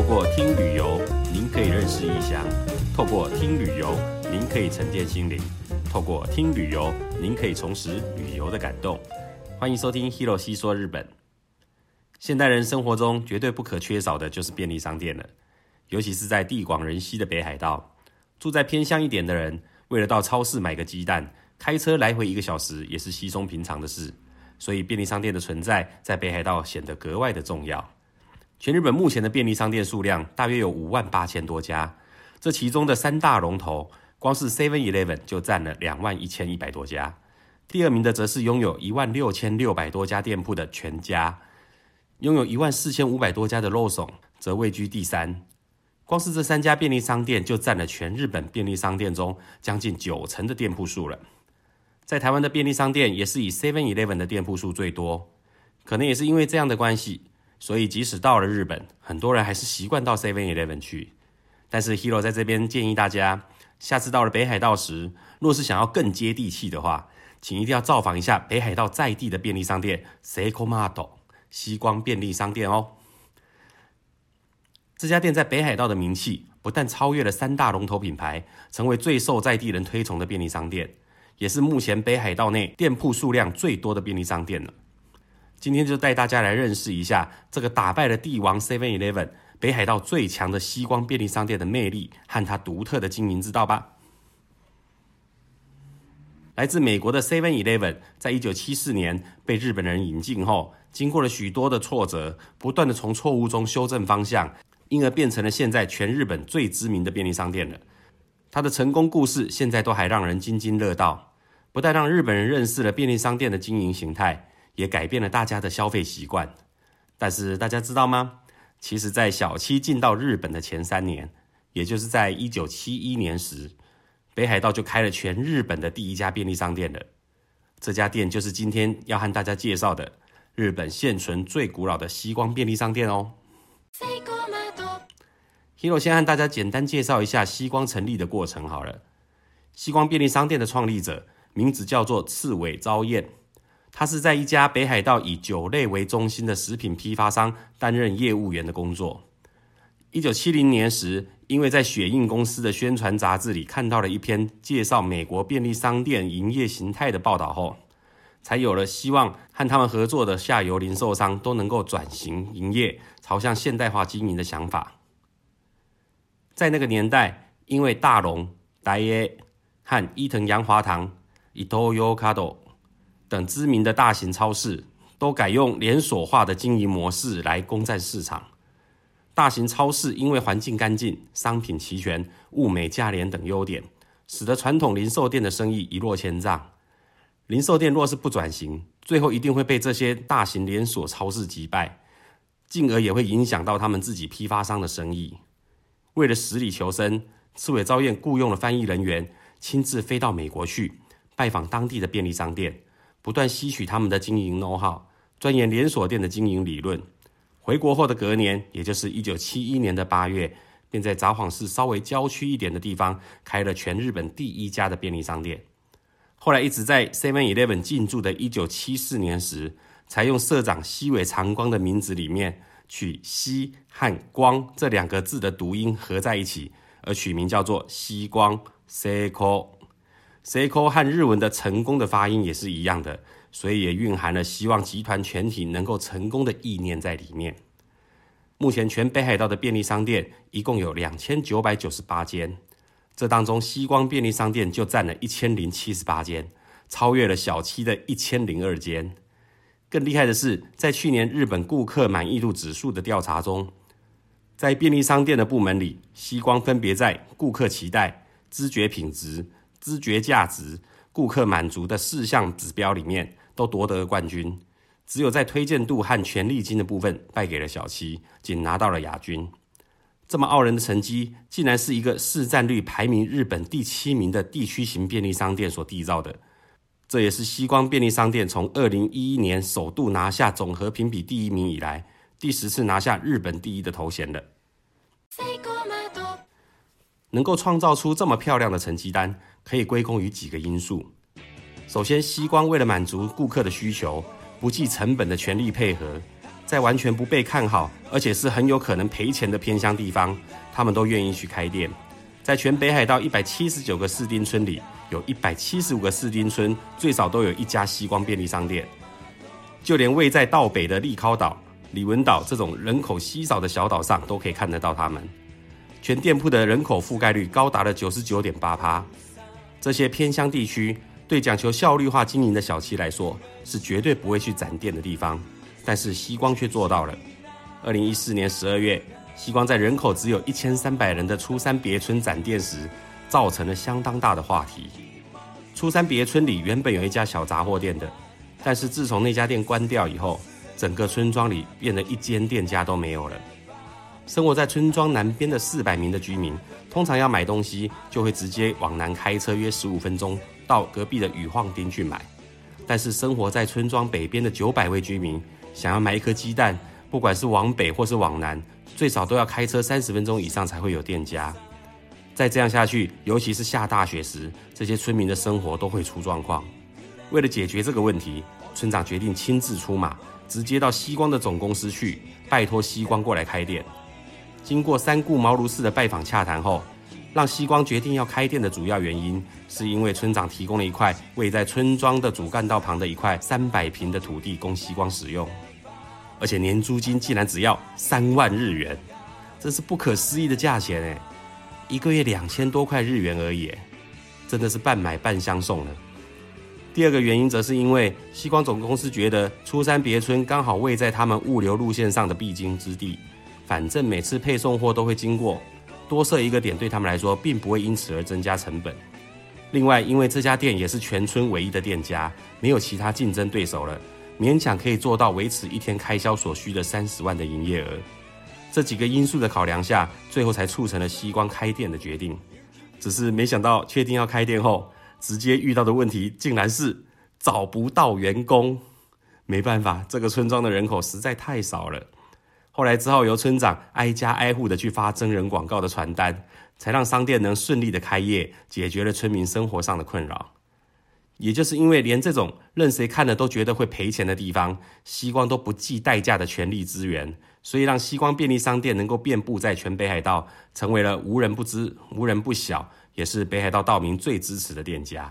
过听旅游，您可以认识异乡；透过听旅游，您可以沉淀心灵；透过听旅游，您可以重拾旅游的感动。欢迎收听 Hiro 细说日本。现代人生活中绝对不可缺少的就是便利商店了，尤其是在地广人稀的北海道，住在偏乡一点的人，为了到超市买个鸡蛋，开车来回1个小时也是稀松平常的事。所以便利商店的存在在北海道显得格外的重要。全日本目前的便利商店数量大约有58000多家，这其中的3大龙头，光是 7-Eleven 就占了21100多家。第二名的则是拥有16600多家店铺的全家，拥有14500多家的 Lawson 则位居第3。光是这3家便利商店就占了全日本便利商店中将近90%的店铺数了。在台湾的便利商店也是以 7-Eleven 的店铺数最多，可能也是因为这样的关系，所以即使到了日本，很多人还是习惯到 7-Eleven 去。但是 Hiro 在这边建议大家，下次到了北海道时，若是想要更接地气的话，请一定要造访一下北海道在地的便利商店 Seikomato 西光便利商店哦。这家店在北海道的名气不但超越了3大龙头品牌，成为最受在地人推崇的便利商店，也是目前北海道内店铺数量最多的便利商店了。今天就带大家来认识一下这个打败了帝王 7-Eleven 北海道最强的西光便利商店的魅力和它独特的经营之道吧。来自美国的 7-Eleven 在1974年被日本人引进后，经过了许多的挫折，不断的从错误中修正方向，因而变成了现在全日本最知名的便利商店了。它的成功故事现在都还让人津津乐道，不但让日本人认识了便利商店的经营形态，也改变了大家的消费习惯。但是大家知道吗？其实在小七进到日本的前3年，也就是在1971年时，北海道就开了全日本的第1家便利商店了。这家店就是今天要和大家介绍的日本现存最古老的西光便利商店哦。Hiro 先和大家简单介绍一下西光成立的过程好了。西光便利商店的创立者名字叫做赤尾昭彦，他是在一家北海道以酒类为中心的食品批发商担任业务员的工作。1970年时，因为在雪印公司的宣传杂志里看到了一篇介绍美国便利商店营业形态的报道后，才有了希望和他们合作的下游零售商都能够转型营业，朝向现代化经营的想法。在那个年代，因为大龙、大耶和伊藤洋华堂、Itoyokado 等知名的大型超市都改用连锁化的经营模式来攻占市场。大型超市因为环境干净、商品齐全、物美价廉等优点，使得传统零售店的生意一落千丈。零售店若是不转型，最后一定会被这些大型连锁超市击败，进而也会影响到他们自己批发商的生意。为了实力求生，赤尾昭彦雇用了翻译人员，亲自飞到美国去，拜访当地的便利商店，不断吸取他们的经营 know-how， 钻研连锁店的经营理论。回国后的隔年，也就是1971年的8月，便在札幌市稍微郊区一点的地方开了全日本第1家的便利商店。后来一直在 7-Eleven 进驻的1974年时，才用社长西尾长光的名字里面取西和光这2个字的读音合在一起，而取名叫做西光 Seiko。Seiko 和日文的成功的发音也是一样的，所以也蕴含了希望集团全体能够成功的意念在里面。目前全北海道的便利商店一共有2998间，这当中西光便利商店就占了1078间，超越了小七的1002间。更厉害的是，在去年日本顾客满意度指数的调查中，在便利商店的部门里，西光分别在顾客期待、知觉品质、知觉价值、顾客满足的4项指标里面都夺得冠军，只有在推荐度和权利金的部分败给了小七，仅拿到了亚军。这么傲人的成绩，竟然是一个市占率排名日本第7名的地区型便利商店所缔造的。这也是西光便利商店从2011年首度拿下总和评比第1名以来，第10次拿下日本第1的头衔了。能够创造出这么漂亮的成绩单，可以归功于几个因素。首先，西光为了满足顾客的需求，不计成本的全力配合， 在完全不被看好，而且是很有可能赔钱的偏乡地方，他们都愿意去开店。在全北海道179个市町村里，有175个市町村最少都有一家西光便利商店。就连位在道北的利尻岛、李文岛这种人口稀少的小岛上，都可以看得到他们。全店铺的人口覆盖率高达了 99.8%。这些偏乡地区对讲求效率化经营的小企来说，是绝对不会去展店的地方，但是西光却做到了。2014年12月，西光在人口只有1300人的出山别村展店时，造成了相当大的话题。出山别村里原本有一家小杂货店的，但是自从那家店关掉以后，整个村庄里变得一间店家都没有了。生活在村庄南边的400名的居民，通常要买东西就会直接往南开车约15分钟到隔壁的宇晃町去买。但是生活在村庄北边的900位居民，想要买一颗鸡蛋，不管是往北或是往南，最少都要开车30分钟以上才会有店家。再这样下去，尤其是下大雪时，这些村民的生活都会出状况。为了解决这个问题，村长决定亲自出马，直接到西光的总公司去，拜托西光过来开店。经过三顾茅庐式的拜访洽谈后，让西光决定要开店的主要原因，是因为村长提供了一块位在村庄的主干道旁的一块300坪的土地供西光使用，而且年租金竟然只要3万日元，这是不可思议的价钱耶，一个月2000多块日元而已耶，真的是半买半相送了。第二个原因则是因为西光总公司觉得出山别村刚好位在他们物流路线上的必经之地，反正每次配送货都会经过，多设一个点对他们来说并不会因此而增加成本。另外，因为这家店也是全村唯一的店家，没有其他竞争对手了，勉强可以做到维持一天开销所需的30万的营业额。这几个因素的考量下，最后才促成了西光开店的决定。只是没想到确定要开店后，直接遇到的问题竟然是找不到员工。没办法，这个村庄的人口实在太少了。后来只好由村长挨家挨户的去发征人广告的传单，才让商店能顺利的开业，解决了村民生活上的困扰。也就是因为连这种任谁看了都觉得会赔钱的地方，西光都不计代价的全力支援，所以让西光便利商店能够遍布在全北海道，成为了无人不知、无人不晓，也是北海道道民最支持的店家。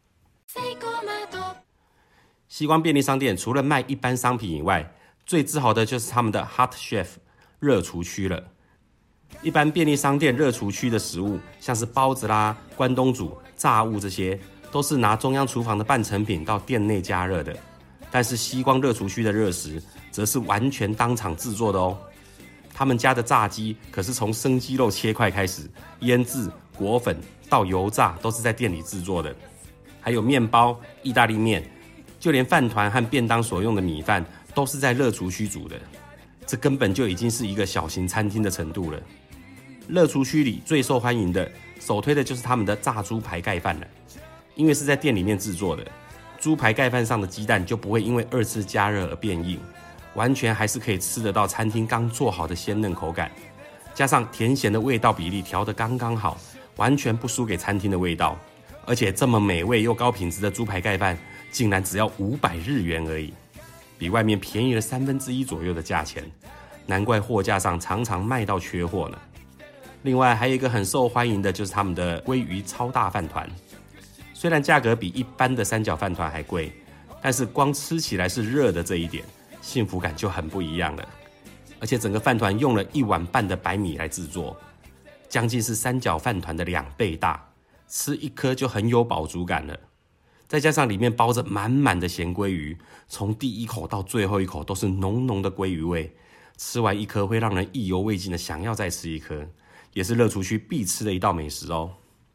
西光便利商店除了卖一般商品以外，最自豪的就是他们的 Hot Chef 热厨区了。一般便利商店热厨区的食物，像是包子啦、关东煮、炸物这些，都是拿中央厨房的半成品到店内加热的。但是西光热厨区的热食，则是完全当场制作的哦。他们家的炸鸡可是从生鸡肉切块开始，腌制、裹粉到油炸，都是在店里制作的。还有面包、意大利面，就连饭团和便当所用的米饭，都是在热厨区煮的。这根本就已经是一个小型餐厅的程度了。热厨区里最受欢迎的、首推的就是他们的炸猪排盖饭了，因为是在店里面制作的，猪排盖饭上的鸡蛋就不会因为2次加热而变硬，完全还是可以吃得到餐厅刚做好的鲜嫩口感，加上甜咸的味道比例调得刚刚好，完全不输给餐厅的味道。而且这么美味又高品质的猪排盖饭，竟然只要500日元而已，比外面便宜了1/3左右的价钱，难怪货架上常常卖到缺货呢。另外还有一个很受欢迎的就是他们的鲑鱼超大饭团，虽然价格比一般的三角饭团还贵，但是光吃起来是热的这一点，幸福感就很不一样了。而且整个饭团用了1碗半的白米来制作，将近是三角饭团的2倍大，吃一颗就很有饱足感了。再加上里面包着满满的咸鲑鱼，从第一口到最后一口都是浓浓的鲑鱼味，吃完一颗会让人意犹未尽的想要再吃一颗，也是热厨区必吃的一道美食哦。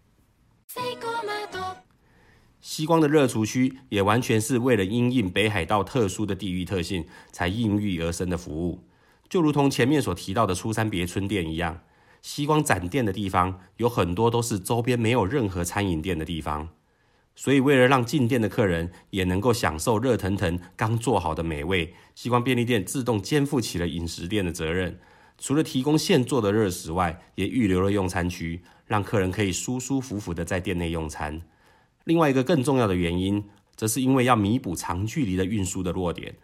西光的热厨区也完全是为了因应北海道特殊的地域特性才应运而生的服务，就如同前面所提到的出山别村店一样，西光展店的地方有很多都是周边没有任何餐饮店的地方，所以为了让进店的客人也能够享受热腾腾刚做好的美味，西光便利店自动肩负起了饮食店的责任，除了提供现做的热食外，也预留了用餐区，让客人可以舒舒服服的在店内用餐。另外一个更重要的原因，则是因为要弥补长距离的运输的弱点，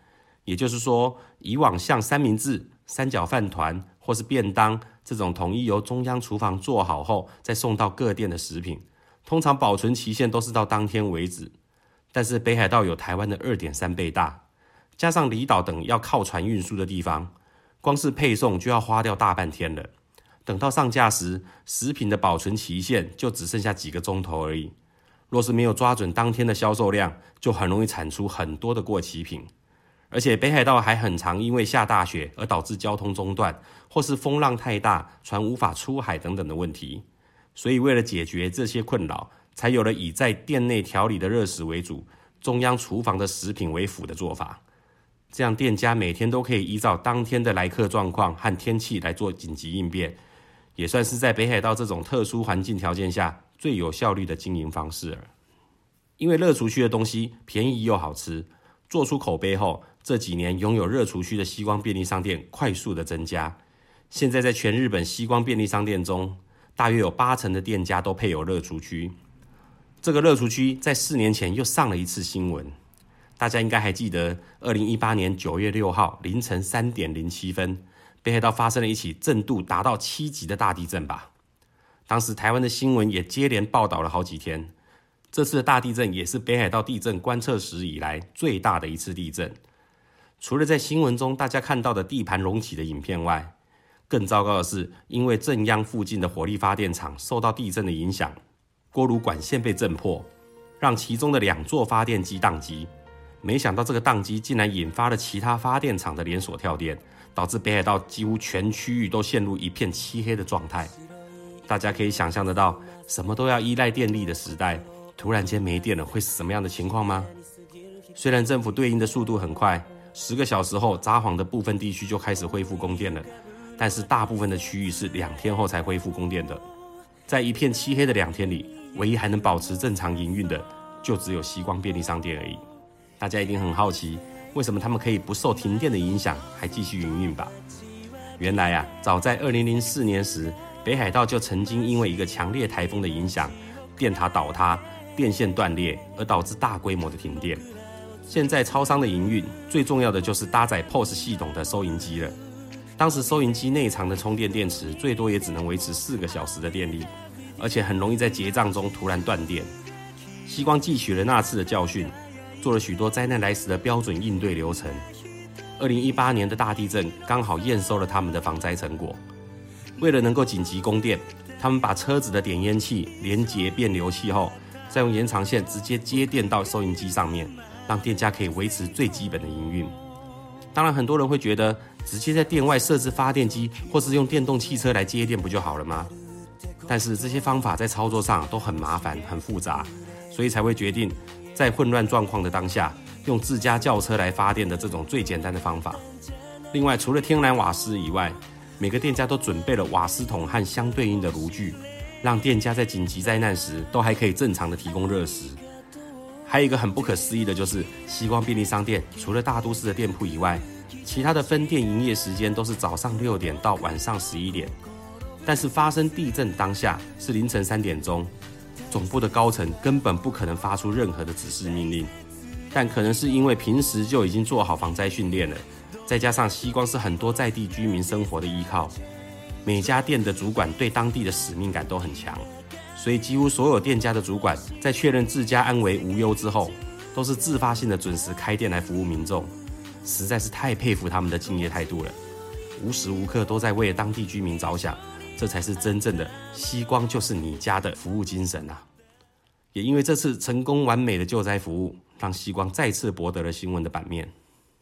也就是说，以往像三明治、三角饭团或是便当这种统一由中央厨房做好后再送到各店的食品，通常保存期限都是到当天为止。但是北海道有台湾的 2.3 倍大，加上离岛等要靠船运输的地方，光是配送就要花掉大半天了。等到上架时，食品的保存期限就只剩下几个钟头而已。若是没有抓准当天的销售量，就很容易产出很多的过期品。而且北海道还很常因为下大雪而导致交通中断，或是风浪太大，船无法出海等等的问题。所以为了解决这些困扰，才有了以在店内调理的热食为主，中央厨房的食品为辅的做法。这样店家每天都可以依照当天的来客状况和天气来做紧急应变，也算是在北海道这种特殊环境条件下最有效率的经营方式了。因为热厨区的东西便宜又好吃，做出口碑后，这几年拥有热厨区的西光便利商店快速的增加。现在在全日本西光便利商店中，大约有80%的店家都配有热厨区。这个热厨区在4年前又上了一次新闻，大家应该还记得2018年9月6号凌晨3点07分，北海道发生了一起震度达到7级的大地震吧。当时台湾的新闻也接连报道了好几天。这次的大地震也是北海道地震观测史以来最大的一次地震。除了在新闻中大家看到的地盘隆起的影片外，更糟糕的是，因为震央附近的火力发电厂受到地震的影响，锅炉管线被震破，让其中的2座发电机宕机。没想到这个宕机竟然引发了其他发电厂的连锁跳电，导致北海道几乎全区域都陷入一片漆黑的状态。大家可以想象得到，什么都要依赖电力的时代，突然间没电了会是什么样的情况吗？虽然政府对应的速度很快，10个小时后札幌的部分地区就开始恢复供电了，但是大部分的区域是2天后才恢复供电的。在一片漆黑的2天里，唯一还能保持正常营运的就只有西光便利商店而已。大家一定很好奇，为什么他们可以不受停电的影响还继续营运吧？原来啊，早在2004年时，北海道就曾经因为一个强烈台风的影响，电塔倒塌，电线断裂，而导致大规模的停电。现在超商的营运最重要的就是搭载 POS 系统的收银机了。当时收银机内藏的充电电池最多也只能维持4个小时的电力，而且很容易在结账中突然断电。西光汲取了那次的教训，做了许多灾难来时的标准应对流程。2018年的大地震刚好验收了他们的防灾成果。为了能够紧急供电，他们把车子的点烟器连接变流器后，再用延长线直接接电到收银机上面，让店家可以维持最基本的营运。当然很多人会觉得，直接在店外设置发电机或是用电动汽车来接电不就好了吗？但是这些方法在操作上都很麻烦很复杂，所以才会决定在混乱状况的当下，用自家轿车来发电的这种最简单的方法。另外，除了天然瓦斯以外，每个店家都准备了瓦斯桶和相对应的炉具，让店家在紧急灾难时都还可以正常的提供热食。还有一个很不可思议的就是，西光便利商店除了大都市的店铺以外，其他的分店营业时间都是早上6点到晚上11点。但是发生地震当下是凌晨3点钟，总部的高层根本不可能发出任何的指示命令。但可能是因为平时就已经做好防灾训练了，再加上西光是很多在地居民生活的依靠，每家店的主管对当地的使命感都很强，所以几乎所有店家的主管在确认自家安危无忧之后，都是自发性的准时开店来服务民众，实在是太佩服他们的敬业态度了，无时无刻都在为当地居民着想，这才是真正的西光就是你家的服务精神啊！也因为这次成功完美的救灾服务，让西光再次博得了新闻的版面。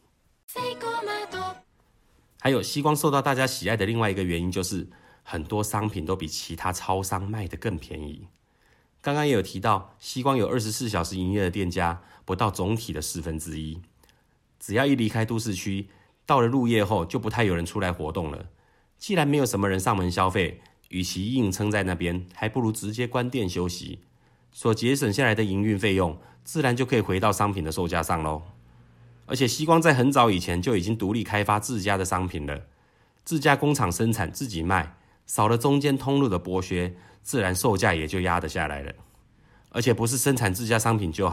还有西光受到大家喜爱的另外一个原因，就是很多商品都比其他超商卖得更便宜。刚刚也有提到，西光有24小时营业的店家不到总体的1/4，只要一离开都市区，到了入夜后就不太有人出来活动了。既然没有什么人上门消费，与其硬撑在那边，还不如直接关店休息，所节省下来的营运费用自然就可以回到商品的售价上咯。而且西光在很早以前就已经独立开发自家的商品了，自家工厂生产自己卖，少了中间通路的剥削，自然售价也就压得下来了。而且不是生产自家商品就好，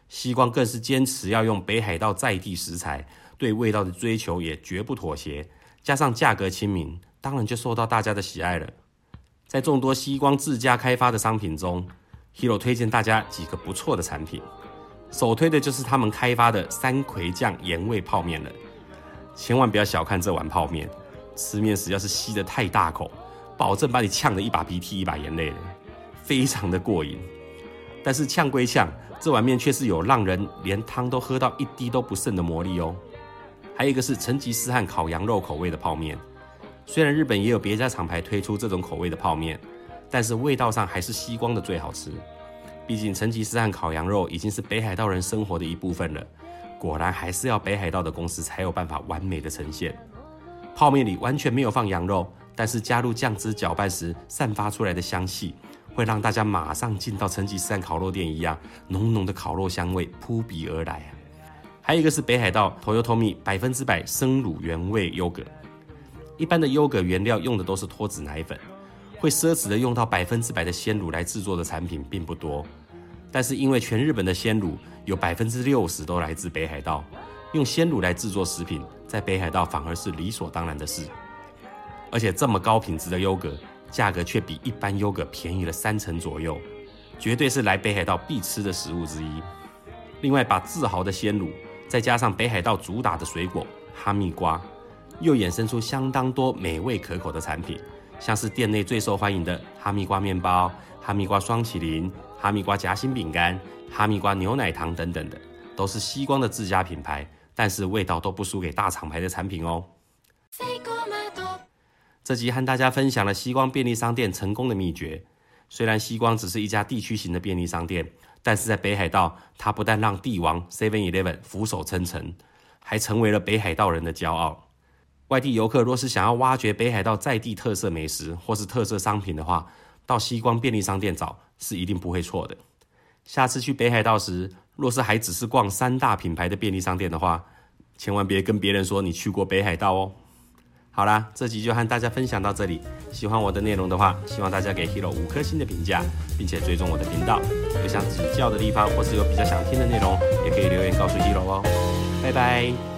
西光更是坚持要用北海道在地食材，对味道的追求也绝不妥协，加上价格亲民，当然就受到大家的喜爱了。在众多西光自家开发的商品中， Hiro 推荐大家几个不错的产品，首推的就是他们开发的三葵酱盐味泡面了。千万不要小看这碗泡面，吃面时要是吸得太大口，保证把你呛得一把鼻涕一把眼泪的，非常的过瘾。但是呛归呛，这碗面却是有让人连汤都喝到一滴都不剩的魔力哦。还有一个是成吉思汗烤羊肉口味的泡面，虽然日本也有别家厂牌推出这种口味的泡面，但是味道上还是西光的最好吃。毕竟成吉思汗烤羊肉已经是北海道人生活的一部分了，果然还是要北海道的公司才有办法完美的呈现。泡面里完全没有放羊肉，但是加入酱汁搅拌时散发出来的香气，会让大家马上进到成吉思汗烤肉店一样，浓浓的烤肉香味扑鼻而来。还有一个是北海道 Toyotomi 100%生乳原味优格。一般的优格原料用的都是脱脂奶粉，会奢侈的用到100%的鲜乳来制作的产品并不多。但是因为全日本的鲜乳有60%都来自北海道，用鲜乳来制作食品，在北海道反而是理所当然的事。而且这么高品质的优格，价格却比一般优格便宜了30%左右，绝对是来北海道必吃的食物之一。另外，把自豪的鲜乳再加上北海道主打的水果哈密瓜，又衍生出相当多美味可口的产品，像是店内最受欢迎的哈密瓜面包、哈密瓜双麒麟、哈密瓜夹心饼干、哈密瓜牛奶糖等等的，都是西光的自家品牌，但是味道都不输给大厂牌的产品哦。这集和大家分享了西光便利商店成功的秘诀。虽然西光只是一家地区型的便利商店，但是在北海道，它不但让帝王 7-Eleven 俯首称臣，还成为了北海道人的骄傲。外地游客若是想要挖掘北海道在地特色美食或是特色商品的话，到西光便利商店找是一定不会错的。下次去北海道时，若是还只是逛3大品牌的便利商店的话，千万别跟别人说你去过北海道哦。好啦，这集就和大家分享到这里。喜欢我的内容的话，希望大家给 Hiro 5颗星的评价，并且追踪我的频道。有想指教的地方，或是有比较想听的内容，也可以留言告诉 Hiro 哦。拜拜。